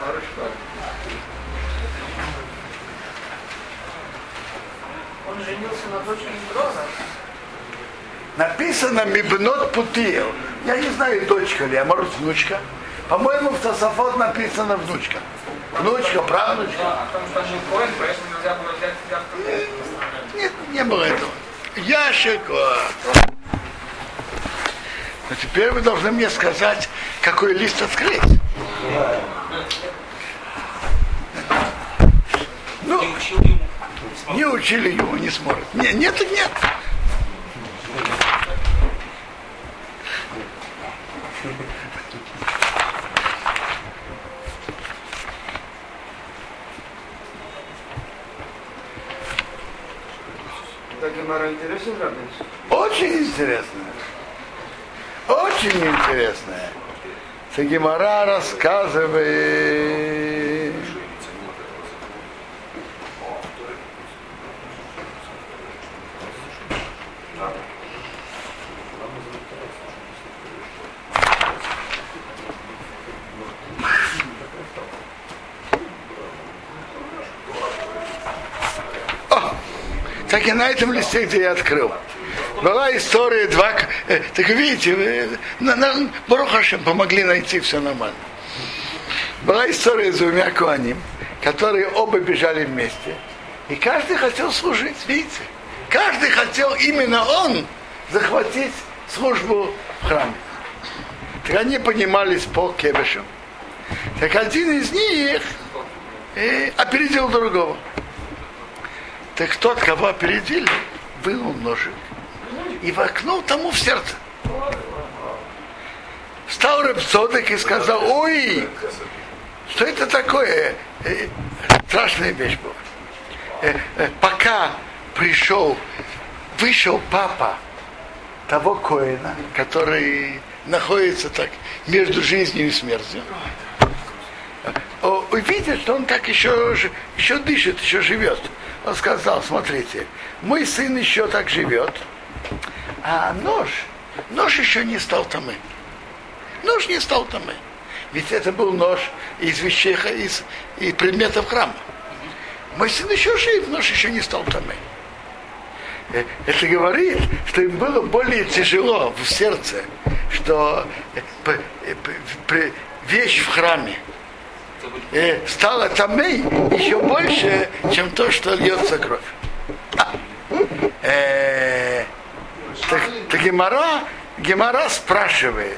[SPEAKER 3] Он женился на дочери Дроза.
[SPEAKER 1] Написано Мибнот Путиел. Я не знаю, дочка ли, а может внучка. По-моему, в Тософот написано внучка. Внучка, правнучка.
[SPEAKER 6] А потому что он не коин, поэтому нельзя было взять себя в
[SPEAKER 1] Нет, не было этого. Ящик. Но теперь вы должны мне сказать, какой лист открыть. Ну, не учили его, не сможет. Нет, так нет.
[SPEAKER 4] Так Гемара интересен, Рабин?
[SPEAKER 1] Очень интересная. Очень интересная. Гемара рассказывает. Так и на этом листе, где я открыл. Была история так видите, Барух Хашем помогли найти, все нормально. Была история с двумя коаним, которые оба бежали вместе. И каждый хотел служить, видите. Каждый хотел, именно он, захватить службу в храме. Так они поднимались по кебешу. Так один из них опередил другого. Так тот, кого опередили, вынул ножик и воткнул тому в сердце. Встал Рeb Цодек и сказал: ой, что это такое? Страшная вещь была. Пока вышел папа того коэна, который находится так между жизнью и смертью, увидит, что он так еще дышит, еще живет. Он сказал: смотрите, мой сын еще так живет, а нож еще не стал тамы. Нож не стал тамы. Ведь это был нож из вещей, из предметов храма. Мой сын еще жив, нож еще не стал тамы. Это говорит, что им было более тяжело в сердце, что вещь в храме стала тамей еще больше, чем то, что льется кровь. Так Гемара спрашивает,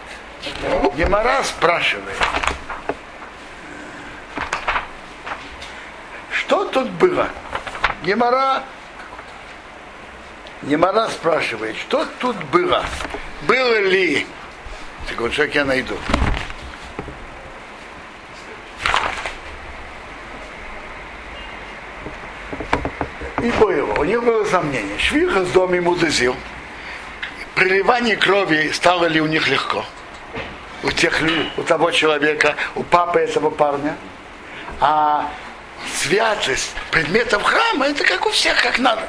[SPEAKER 1] что тут было? Гемара спрашивает, что тут было? Было ли? Так вот, как я найду. И было. У них было сомнение. Швиха с дома ему дозил. Приливание крови стало ли у них легко? У того человека, у папы этого парня. А святость предметов храма, это как у всех, как надо.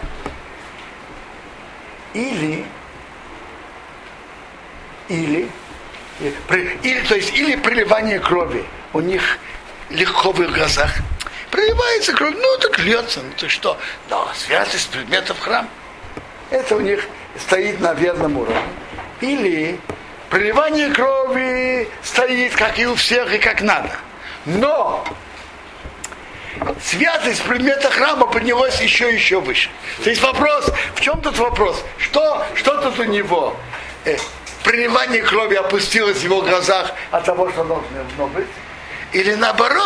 [SPEAKER 1] Или приливание крови у них легко в их глазах. Приливается кровь, так льется, так что? Да, святость предметов храма. Это у них стоит на верном уровне. Или приливание крови стоит, как и у всех, и как надо. Но святость предмета храма поднялась еще выше. То есть вопрос, в чем тут вопрос? Что тут у него? Приливание крови опустилось в его глазах от того, что должно быть? Или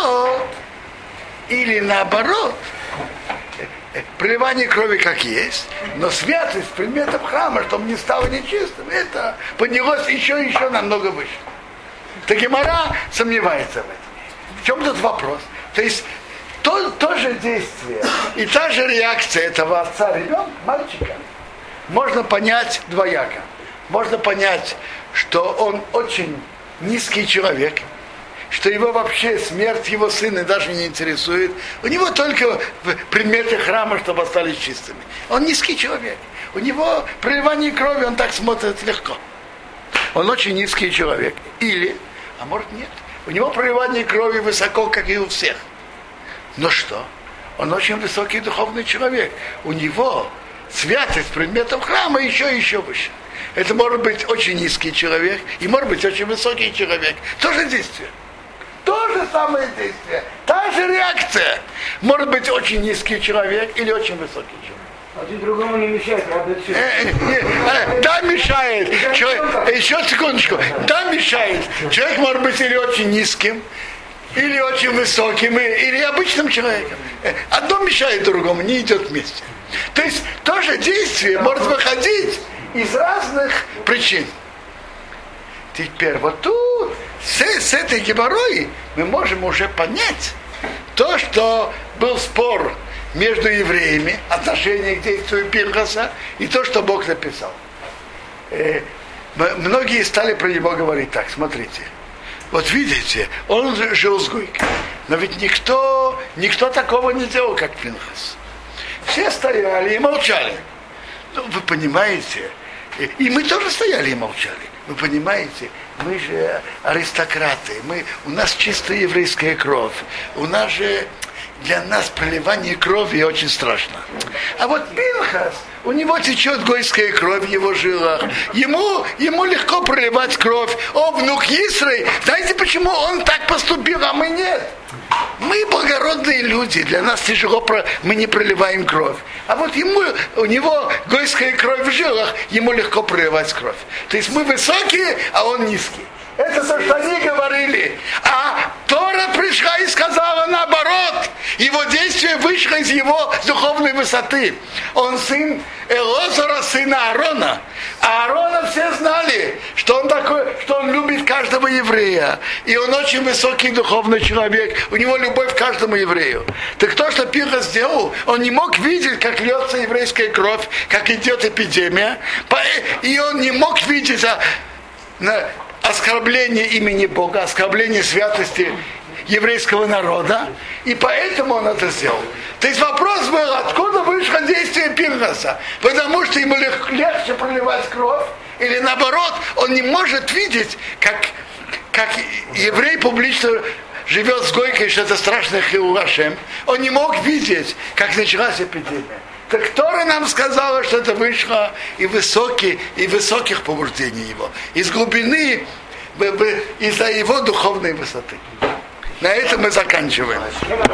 [SPEAKER 1] наоборот, приливание крови как есть, но святость предметов храма, чтобы не стало нечистым, это поднялось еще намного выше. Так Гемара сомневается в этом. В чем тут вопрос? То есть то же действие и та же реакция этого отца ребенка, мальчика, можно понять двояко. Можно понять, что он очень низкий человек, что его вообще смерть его сына даже не интересует. У него только предметы храма, чтобы остались чистыми. Он низкий человек. У него проливание крови, он так смотрит легко. Он очень низкий человек. Или, а может нет, у него проливание крови высоко, как и у всех. Но что? Он очень высокий духовный человек. У него святость предметов храма еще выше. Это может быть очень низкий человек и может быть очень высокий человек. То же действие. То же самое действие. Та же реакция. Может быть очень низкий человек или очень высокий человек.
[SPEAKER 4] Один другому не мешает, правда?
[SPEAKER 1] Да, мешает. Еще секундочку. Да, мешает. Человек может быть или очень низким, или очень высоким, или обычным человеком. Одно мешает другому, не идет вместе. То есть то же действие может выходить из разных причин. Теперь вот тут с этой геморрой мы можем уже понять то, что был спор между евреями, отношение к действию Пинхаса, и то, что Бог написал. Многие стали про него говорить так: смотрите, вот видите, он жил с Гойкой, но ведь никто такого не делал, как Пинхас. Все стояли и молчали. Ну, вы понимаете, и мы тоже стояли и молчали. Вы понимаете, мы же аристократы, у нас чистая еврейская кровь, у нас же для нас проливание крови очень страшно. А вот Пинхас, у него течет гойская кровь в его жилах. Ему легко проливать кровь. О, внук Исры, знаете, почему он так поступил, а мы нет? Мы благородные люди, для нас тяжело, мы не проливаем кровь. А вот у него гойская кровь в жилах, ему легко проливать кровь. То есть мы высокие, а он низкий. Это то, что они говорили. А Тора пришла и сказала наоборот. Его действие вышло из его духовной высоты. Он сын Элозара, сына Аарона. А Аарона все знали, что он такой, что он любит каждого еврея. И он очень высокий духовный человек. У него любовь к каждому еврею. Так то, что Пинхас сделал, он не мог видеть, как льется еврейская кровь, как идет эпидемия. И он не мог видеть оскорбление имени Бога, оскорбление святости еврейского народа, и поэтому он это сделал. То есть вопрос был, откуда вышло действие Пинхаса? Потому что ему легче проливать кровь, или наоборот, он не может видеть, как еврей публично живет с Гойкой, что это страшный Хилул Ашем. Он не мог видеть, как началась эпидемия. Так Тора нам сказала, что это вышло и высоких побуждений его, из глубины, из-за его духовной высоты. На этом мы заканчиваем.